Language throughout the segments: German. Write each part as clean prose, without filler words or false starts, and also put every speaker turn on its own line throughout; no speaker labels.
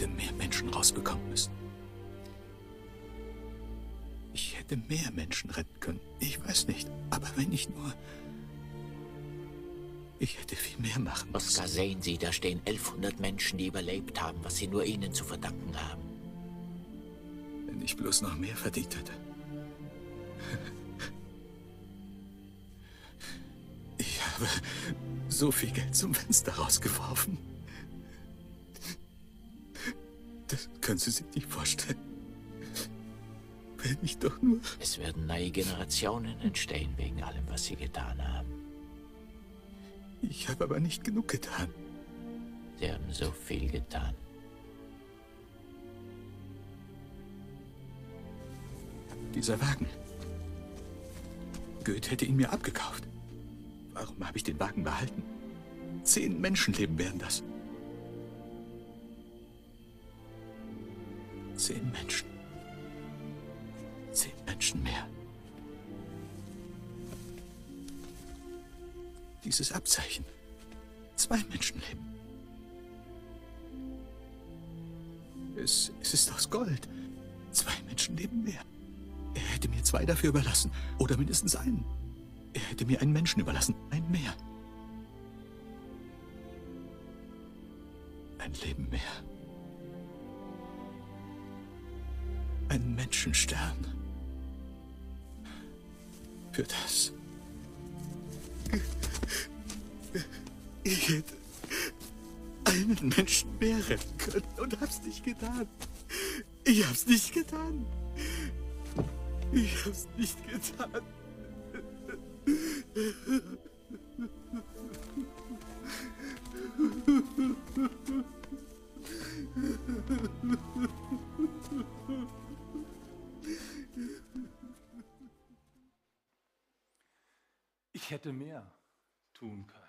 hätte mehr Menschen rausbekommen müssen. Ich hätte mehr Menschen retten können. Ich weiß nicht. Aber wenn ich nur... Ich hätte viel mehr machen müssen.
Oskar, sehen Sie, da stehen 1100 Menschen, die überlebt haben, was Sie nur Ihnen zu verdanken haben.
Wenn ich bloß noch mehr verdient hätte. Ich habe so viel Geld zum Fenster rausgeworfen. Das können Sie sich nicht vorstellen. Wenn ich doch nur...
Es werden neue Generationen entstehen wegen allem, was Sie getan haben.
Ich habe aber nicht genug getan.
Sie haben so viel getan.
Dieser Wagen. Goethe hätte ihn mir abgekauft. Warum habe ich den Wagen behalten? 10 Menschenleben wären das. 10 Menschen. 10 Menschen mehr. Dieses Abzeichen. 2 Menschenleben. Es ist aus Gold. 2 Menschenleben mehr. Er hätte mir 2 dafür überlassen. Oder mindestens einen. Er hätte mir einen Menschen überlassen. Ein mehr. Ein Leben mehr. Ein Menschenstern. Für das. Ich hätte einen Menschen mehr retten können und hab's nicht getan. Ich hab's nicht getan. Ich hab's nicht getan.
Ich hätte mehr tun können.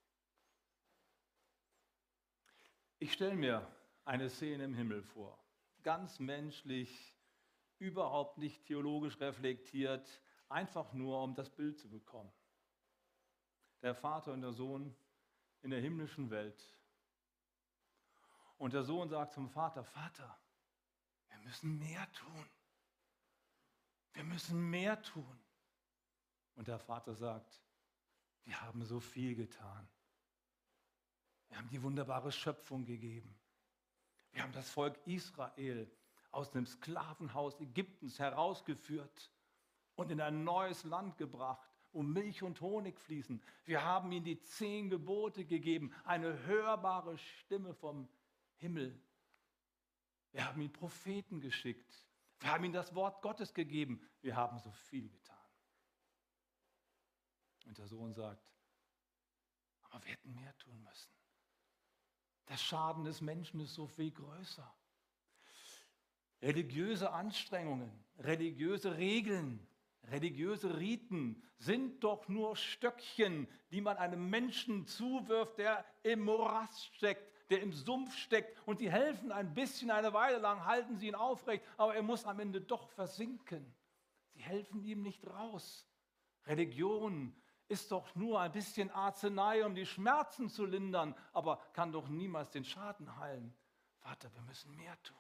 Ich stelle mir eine Szene im Himmel vor, ganz menschlich, überhaupt nicht theologisch reflektiert, einfach nur, um das Bild zu bekommen. Der Vater und der Sohn in der himmlischen Welt. Und der Sohn sagt zum Vater, Vater, wir müssen mehr tun. Wir müssen mehr tun. Und der Vater sagt, wir haben so viel getan. Wir haben die wunderbare Schöpfung gegeben. Wir haben das Volk Israel aus dem Sklavenhaus Ägyptens herausgeführt und in ein neues Land gebracht, wo Milch und Honig fließen. Wir haben ihnen die 10 Gebote gegeben, eine hörbare Stimme vom Himmel. Wir haben ihnen Propheten geschickt. Wir haben ihnen das Wort Gottes gegeben. Wir haben so viel getan. Und der Sohn sagt, aber wir hätten mehr tun müssen. Der Schaden des Menschen ist so viel größer. Religiöse Anstrengungen, religiöse Regeln, religiöse Riten sind doch nur Stöckchen, die man einem Menschen zuwirft, der im Morast steckt, der im Sumpf steckt, und die helfen ein bisschen, eine Weile lang halten sie ihn aufrecht, aber er muss am Ende doch versinken. Sie helfen ihm nicht raus. Religion ist doch nur ein bisschen Arznei, um die Schmerzen zu lindern, aber kann doch niemals den Schaden heilen. Vater, wir müssen mehr tun.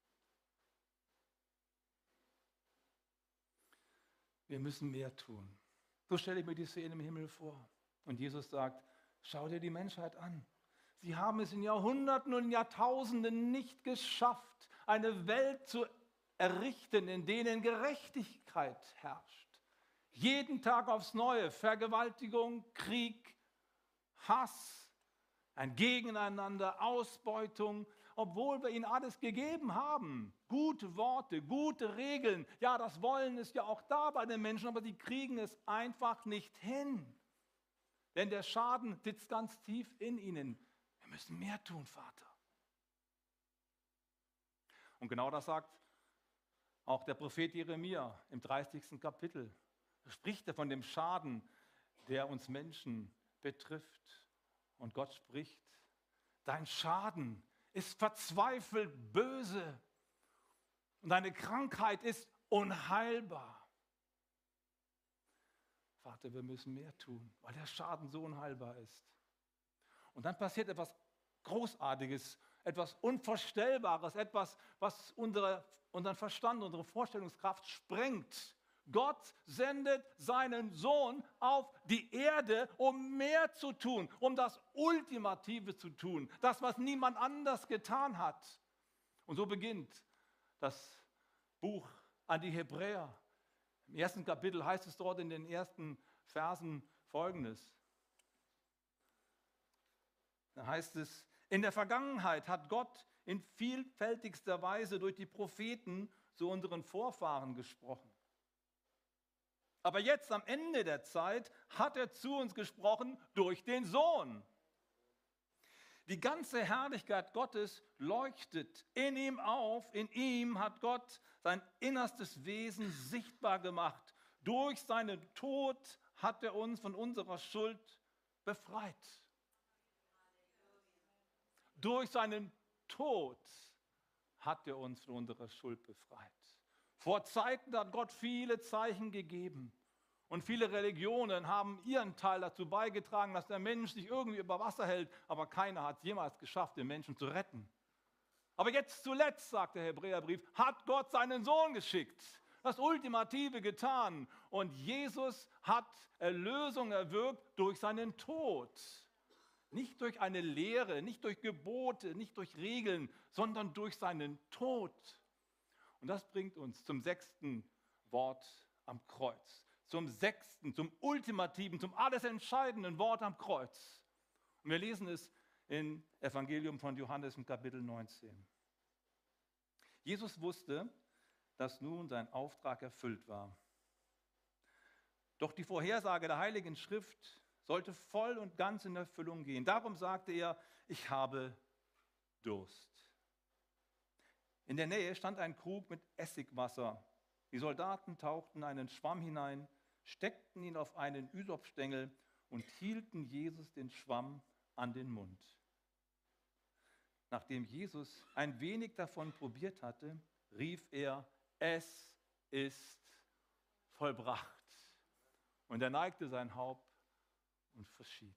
Wir müssen mehr tun. So stelle ich mir die Szene im Himmel vor. Und Jesus sagt, schau dir die Menschheit an. Sie haben es in Jahrhunderten und Jahrtausenden nicht geschafft, eine Welt zu errichten, in denen Gerechtigkeit herrscht. Jeden Tag aufs Neue Vergewaltigung, Krieg, Hass, ein Gegeneinander, Ausbeutung, obwohl wir ihnen alles gegeben haben. Gute Worte, gute Regeln. Ja, das Wollen ist ja auch da bei den Menschen, aber die kriegen es einfach nicht hin. Denn der Schaden sitzt ganz tief in ihnen. Wir müssen mehr tun, Vater. Und genau das sagt auch der Prophet Jeremia im 30. Kapitel. Da spricht er von dem Schaden, der uns Menschen betrifft. Und Gott spricht, dein Schaden ist verzweifelt böse und deine Krankheit ist unheilbar. Vater, wir müssen mehr tun, weil der Schaden so unheilbar ist. Und dann passiert etwas Großartiges, etwas Unvorstellbares, etwas, was unseren Verstand, unsere Vorstellungskraft sprengt. Gott sendet seinen Sohn auf die Erde, um mehr zu tun, um das Ultimative zu tun, das, was niemand anders getan hat. Und so beginnt das Buch an die Hebräer. Im ersten Kapitel heißt es dort in den ersten Versen Folgendes. Da heißt es, in der Vergangenheit hat Gott in vielfältigster Weise durch die Propheten zu unseren Vorfahren gesprochen. Aber jetzt am Ende der Zeit hat er zu uns gesprochen durch den Sohn. Die ganze Herrlichkeit Gottes leuchtet in ihm auf. In ihm hat Gott sein innerstes Wesen sichtbar gemacht. Durch seinen Tod hat er uns von unserer Schuld befreit. Durch seinen Tod hat er uns von unserer Schuld befreit. Vor Zeiten hat Gott viele Zeichen gegeben. Und viele Religionen haben ihren Teil dazu beigetragen, dass der Mensch sich irgendwie über Wasser hält. Aber keiner hat es jemals geschafft, den Menschen zu retten. Aber jetzt zuletzt, sagt der Hebräerbrief, hat Gott seinen Sohn geschickt. Das Ultimative getan. Und Jesus hat Erlösung erwirkt durch seinen Tod. Nicht durch eine Lehre, nicht durch Gebote, nicht durch Regeln, sondern durch seinen Tod. Und das bringt uns zum 6. Wort am Kreuz. Zum 6., zum ultimativen, zum alles entscheidenden Wort am Kreuz. Und wir lesen es im Evangelium von Johannes im Kapitel 19. Jesus wusste, dass nun sein Auftrag erfüllt war. Doch die Vorhersage der Heiligen Schrift sollte voll und ganz in Erfüllung gehen. Darum sagte er, ich habe Durst. In der Nähe stand ein Krug mit Essigwasser. Die Soldaten tauchten einen Schwamm hinein, steckten ihn auf einen Ysopstängel und hielten Jesus den Schwamm an den Mund. Nachdem Jesus ein wenig davon probiert hatte, rief er, es ist vollbracht. Und er neigte sein Haupt und verschied.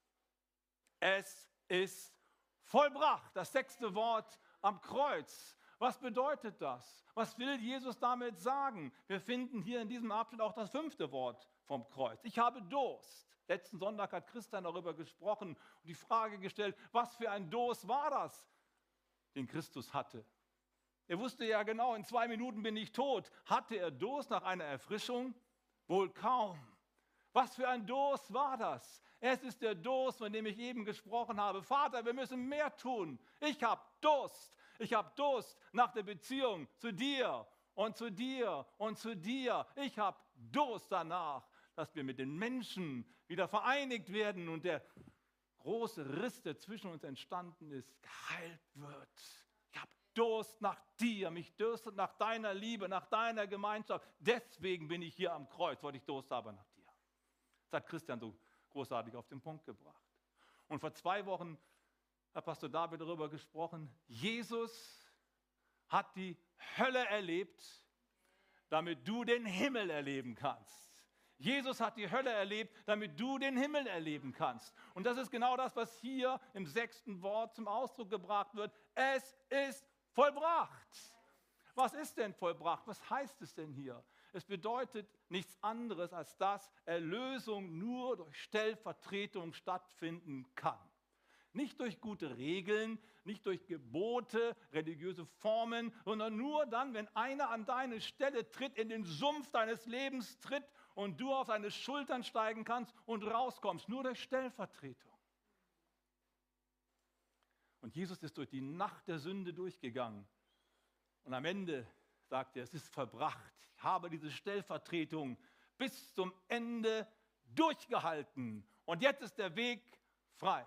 Es ist vollbracht, das 6. Wort am Kreuz. Was bedeutet das? Was will Jesus damit sagen? Wir finden hier in diesem Abschnitt auch das 5. Wort vom Kreuz. Ich habe Durst. Letzten Sonntag hat Christian darüber gesprochen und die Frage gestellt, was für ein Durst war das, den Christus hatte? Er wusste ja genau, in 2 Minuten bin ich tot. Hatte er Durst nach einer Erfrischung? Wohl kaum. Was für ein Durst war das? Es ist der Durst, von dem ich eben gesprochen habe. Vater, wir müssen mehr tun. Ich habe Durst. Ich habe Durst nach der Beziehung zu dir und zu dir und zu dir. Ich habe Durst danach, dass wir mit den Menschen wieder vereinigt werden und der große Riss, der zwischen uns entstanden ist, geheilt wird. Ich habe Durst nach dir, mich dürstet nach deiner Liebe, nach deiner Gemeinschaft. Deswegen bin ich hier am Kreuz, weil ich Durst habe nach dir. Das hat Christian so großartig auf den Punkt gebracht. Und vor 2 Wochen hat Pastor David darüber gesprochen, Jesus hat die Hölle erlebt, damit du den Himmel erleben kannst. Jesus hat die Hölle erlebt, damit du den Himmel erleben kannst. Und das ist genau das, was hier im 6. Wort zum Ausdruck gebracht wird. Es ist vollbracht. Was ist denn vollbracht? Was heißt es denn hier? Es bedeutet nichts anderes, als dass Erlösung nur durch Stellvertretung stattfinden kann. Nicht durch gute Regeln, nicht durch Gebote, religiöse Formen, sondern nur dann, wenn einer an deine Stelle tritt, in den Sumpf deines Lebens tritt und du auf seine Schultern steigen kannst und rauskommst. Nur durch Stellvertretung. Und Jesus ist durch die Nacht der Sünde durchgegangen. Und am Ende sagt er, es ist vollbracht. Ich habe diese Stellvertretung bis zum Ende durchgehalten. Und jetzt ist der Weg frei.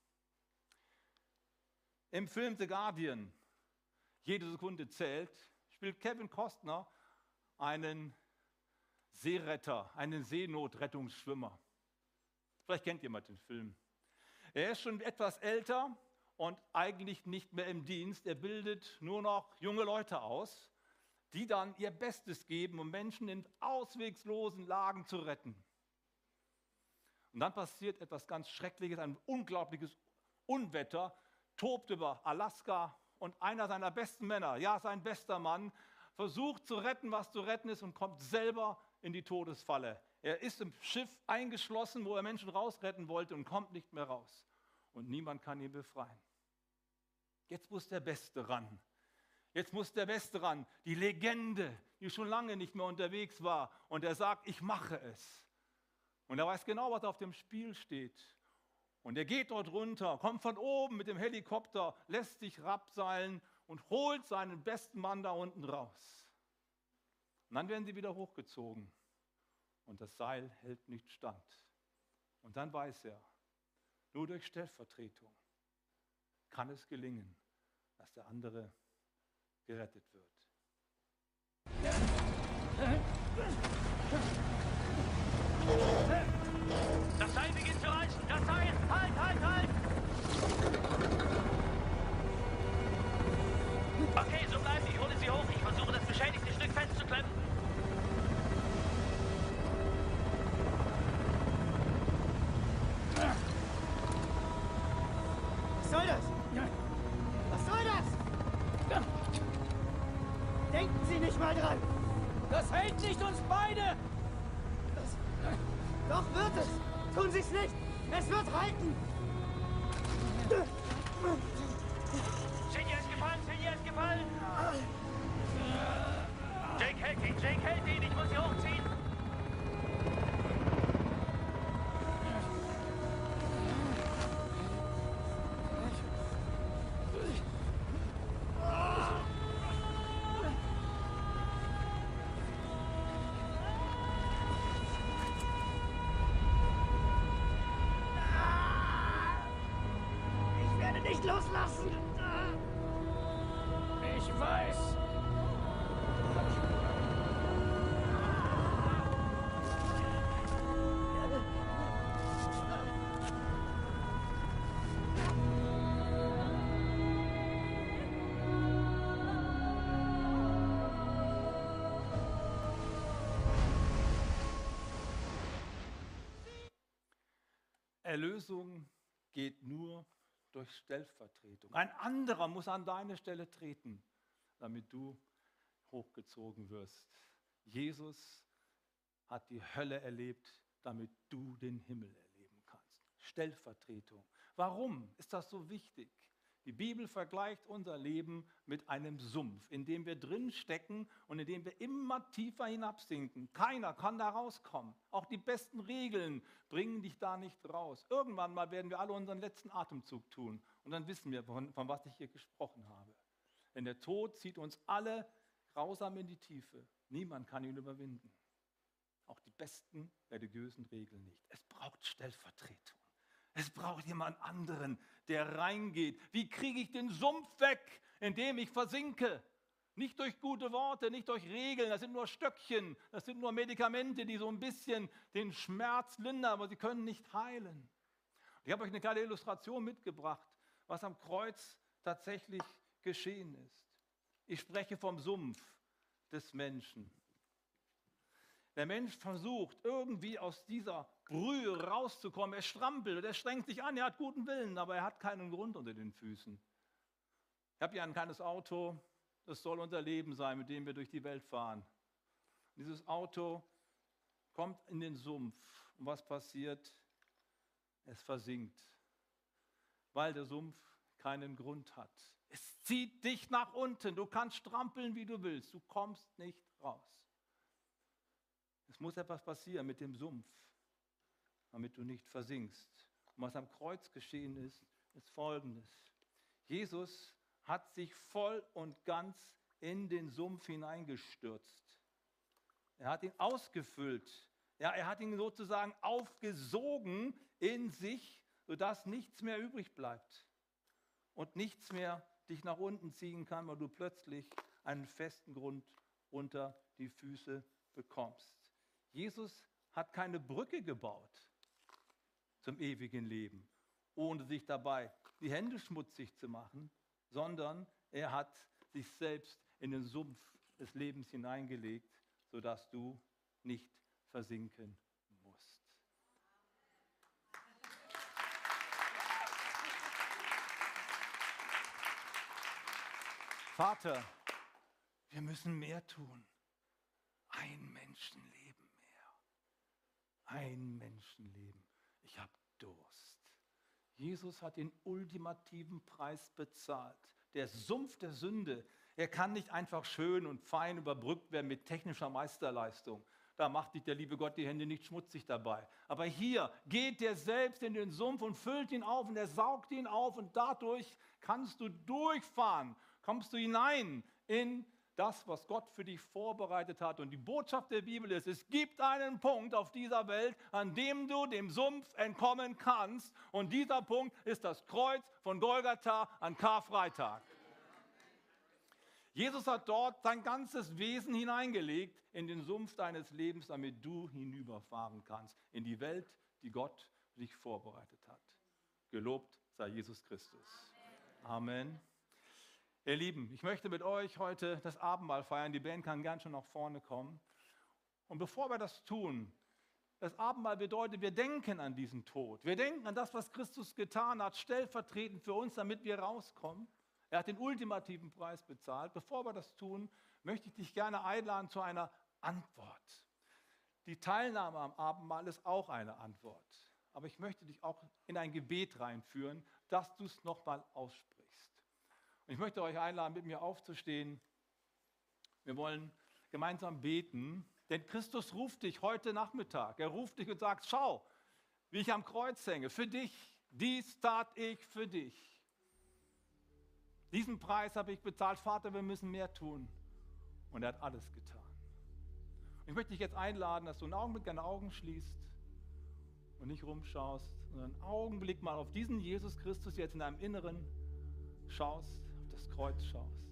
Im Film The Guardian, jede Sekunde zählt, spielt Kevin Costner einen Seeretter, einen Seenotrettungsschwimmer. Vielleicht kennt jemand den Film. Er ist schon etwas älter und eigentlich nicht mehr im Dienst. Er bildet nur noch junge Leute aus, die dann ihr Bestes geben, um Menschen in ausweglosen Lagen zu retten. Und dann passiert etwas ganz Schreckliches, ein unglaubliches Unwetter. tobt über Alaska und einer seiner besten Männer, ja sein bester Mann, versucht zu retten, was zu retten ist und kommt selber in die Todesfalle. Er ist im Schiff eingeschlossen, wo er Menschen rausretten wollte und kommt nicht mehr raus. Und niemand kann ihn befreien. Jetzt muss der Beste ran. Jetzt muss der Beste ran. Die Legende, die schon lange nicht mehr unterwegs war. Und er sagt, ich mache es. Und er weiß genau, was auf dem Spiel steht. Und er geht dort runter, kommt von oben mit dem Helikopter, lässt sich rabseilen und holt seinen besten Mann da unten raus. Und dann werden sie wieder hochgezogen. Und das Seil hält nicht stand. Und dann weiß er, nur durch Stellvertretung kann es gelingen, dass der andere gerettet wird.
Das Seil beginnt zu reißen. Das Seil! Halt, halt, halt! Okay, so bleiben Sie. Ich hole Sie hoch. Ich versuche, das beschädigte Stück festzuklemmen.
Was soll das? Was soll das? Denken Sie nicht mal dran!
Das hält nicht uns beide!
Doch wird es! Tun Sie es nicht! Es wird halten!
Sinja ist gefallen! Sinja ist gefallen! Jake hält ihn! Jake hält ihn! Ich muss sie hochziehen!
Ich werde nicht loslassen!
Ich weiß!
Erlösung geht nur durch Stellvertretung. Ein anderer muss an deine Stelle treten, damit du hochgezogen wirst. Jesus hat die Hölle erlebt, damit du den Himmel erleben kannst. Stellvertretung. Warum ist das so wichtig? Die Bibel vergleicht unser Leben mit einem Sumpf, in dem wir drin stecken und in dem wir immer tiefer hinabsinken. Keiner kann da rauskommen. Auch die besten Regeln bringen dich da nicht raus. Irgendwann mal werden wir alle unseren letzten Atemzug tun und dann wissen wir, von was ich hier gesprochen habe. Denn der Tod zieht uns alle grausam in die Tiefe. Niemand kann ihn überwinden. Auch die besten religiösen Regeln nicht. Es braucht Stellvertretung. Es braucht jemand anderen, der reingeht. Wie kriege ich den Sumpf weg, in dem ich versinke? Nicht durch gute Worte, nicht durch Regeln, das sind nur Stöckchen, das sind nur Medikamente, die so ein bisschen den Schmerz lindern, aber sie können nicht heilen. Ich habe euch eine kleine Illustration mitgebracht, was am Kreuz tatsächlich geschehen ist. Ich spreche vom Sumpf des Menschen. Der Mensch versucht, irgendwie aus dieser Brühe rauszukommen. Er strampelt und er strengt sich an, er hat guten Willen, aber er hat keinen Grund unter den Füßen. Ich habe hier ein kleines Auto, das soll unser Leben sein, mit dem wir durch die Welt fahren. Dieses Auto kommt in den Sumpf. Und was passiert? Es versinkt, weil der Sumpf keinen Grund hat. Es zieht dich nach unten. Du kannst strampeln, wie du willst. Du kommst nicht raus. Es muss etwas passieren mit dem Sumpf, damit du nicht versinkst. Und was am Kreuz geschehen ist, ist Folgendes. Jesus hat sich voll und ganz in den Sumpf hineingestürzt. Er hat ihn ausgefüllt. Ja, er hat ihn sozusagen aufgesogen in sich, sodass nichts mehr übrig bleibt und nichts mehr dich nach unten ziehen kann, weil du plötzlich einen festen Grund unter die Füße bekommst. Jesus hat keine Brücke gebaut zum ewigen Leben, ohne sich dabei die Hände schmutzig zu machen, sondern er hat sich selbst in den Sumpf des Lebens hineingelegt, sodass du nicht versinken musst. Vater, wir müssen mehr tun. Ein Menschenleben mehr. Ein Menschenleben. Ich habe Durst. Jesus hat den ultimativen Preis bezahlt. Der Sumpf der Sünde, er kann nicht einfach schön und fein überbrückt werden mit technischer Meisterleistung. Da macht sich der liebe Gott die Hände nicht schmutzig dabei. Aber hier geht der selbst in den Sumpf und füllt ihn auf und er saugt ihn auf und dadurch kannst du durchfahren, kommst du hinein in das, was Gott für dich vorbereitet hat. Und die Botschaft der Bibel ist, es gibt einen Punkt auf dieser Welt, an dem du dem Sumpf entkommen kannst. Und dieser Punkt ist das Kreuz von Golgatha an Karfreitag. Jesus hat dort sein ganzes Wesen hineingelegt in den Sumpf deines Lebens, damit du hinüberfahren kannst in die Welt, die Gott für dich vorbereitet hat. Gelobt sei Jesus Christus. Amen. Ihr Lieben, ich möchte mit euch heute das Abendmahl feiern. Die Band kann gern schon nach vorne kommen. Und bevor wir das tun, das Abendmahl bedeutet, wir denken an diesen Tod. Wir denken an das, was Christus getan hat, stellvertretend für uns, damit wir rauskommen. Er hat den ultimativen Preis bezahlt. Bevor wir das tun, möchte ich dich gerne einladen zu einer Antwort. Die Teilnahme am Abendmahl ist auch eine Antwort. Aber ich möchte dich auch in ein Gebet reinführen, dass du es nochmal aussprichst. Und ich möchte euch einladen, mit mir aufzustehen. Wir wollen gemeinsam beten, denn Christus ruft dich heute Nachmittag. Er ruft dich und sagt, schau, wie ich am Kreuz hänge, für dich. Dies tat ich für dich. Diesen Preis habe ich bezahlt. Vater, wir müssen mehr tun. Und er hat alles getan. Und ich möchte dich jetzt einladen, dass du einen Augenblick deine Augen schließt und nicht rumschaust, sondern einen Augenblick mal auf diesen Jesus Christus jetzt in deinem Inneren schaust, auf das Kreuz schaust.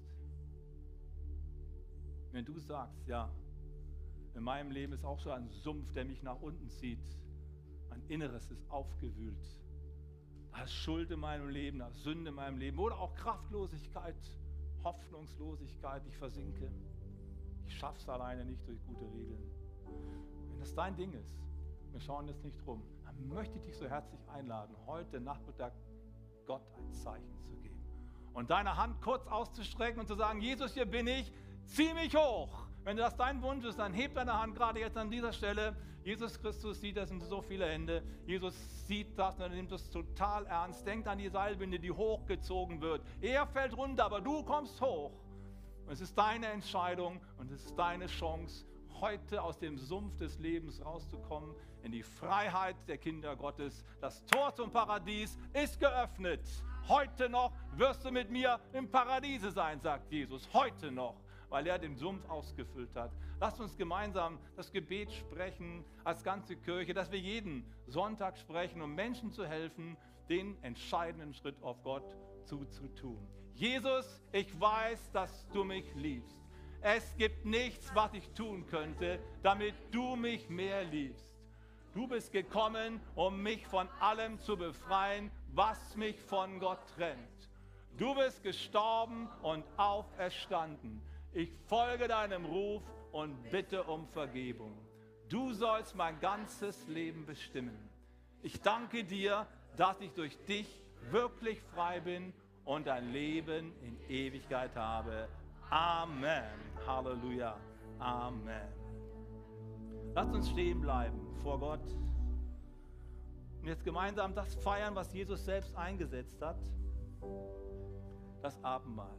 Wenn du sagst, ja, in meinem Leben ist auch so ein Sumpf, der mich nach unten zieht, mein Inneres ist aufgewühlt. Da ist Schuld in meinem Leben, da ist Sünde in meinem Leben oder auch Kraftlosigkeit, Hoffnungslosigkeit, ich versinke. Ich schaffe es alleine nicht durch gute Regeln. Wenn das dein Ding ist, wir schauen jetzt nicht rum, dann möchte ich dich so herzlich einladen, heute Nachmittag Gott ein Zeichen zu geben. Und deine Hand kurz auszustrecken und zu sagen, Jesus, hier bin ich, zieh mich hoch. Wenn das dein Wunsch ist, dann heb deine Hand gerade jetzt an dieser Stelle. Jesus Christus sieht das in so viele Hände. Jesus sieht das und er nimmt das total ernst. Denkt an die Seilwinde, die hochgezogen wird. Er fällt runter, aber du kommst hoch. Und es ist deine Entscheidung und es ist deine Chance, heute aus dem Sumpf des Lebens rauszukommen, in die Freiheit der Kinder Gottes. Das Tor zum Paradies ist geöffnet. Heute noch wirst du mit mir im Paradiese sein, sagt Jesus. Heute noch, weil er den Sumpf ausgefüllt hat. Lasst uns gemeinsam das Gebet sprechen als ganze Kirche, dass wir jeden Sonntag sprechen, um Menschen zu helfen, den entscheidenden Schritt auf Gott zuzutun. Jesus, ich weiß, dass du mich liebst. Es gibt nichts, was ich tun könnte, damit du mich mehr liebst. Du bist gekommen, um mich von allem zu befreien, was mich von Gott trennt. Du bist gestorben und auferstanden. Ich folge deinem Ruf und bitte um Vergebung. Du sollst mein ganzes Leben bestimmen. Ich danke dir, dass ich durch dich wirklich frei bin und ein Leben in Ewigkeit habe. Amen. Halleluja. Amen. Lasst uns stehen bleiben vor Gott und jetzt gemeinsam das feiern, was Jesus selbst eingesetzt hat. Das Abendmahl.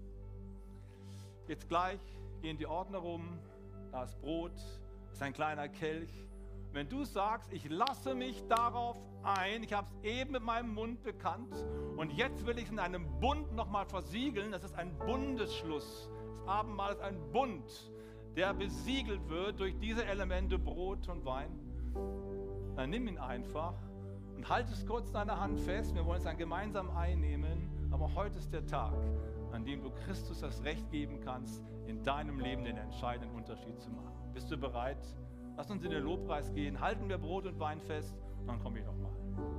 Jetzt gleich gehen die Ordner rum, da ist Brot, das ist ein kleiner Kelch. Wenn du sagst, ich lasse mich darauf ein, ich habe es eben mit meinem Mund bekannt und jetzt will ich es in einem Bund nochmal versiegeln, das ist ein Bundesschluss. Das Abendmahl ist ein Bund, der besiegelt wird durch diese Elemente Brot und Wein. Dann nimm ihn einfach und halt es kurz in deiner Hand fest. Wir wollen es dann gemeinsam einnehmen, aber heute ist der Tag, an dem du Christus das Recht geben kannst, in deinem Leben den entscheidenden Unterschied zu machen. Bist du bereit? Lass uns in den Lobpreis gehen, halten wir Brot und Wein fest und dann komme ich nochmal.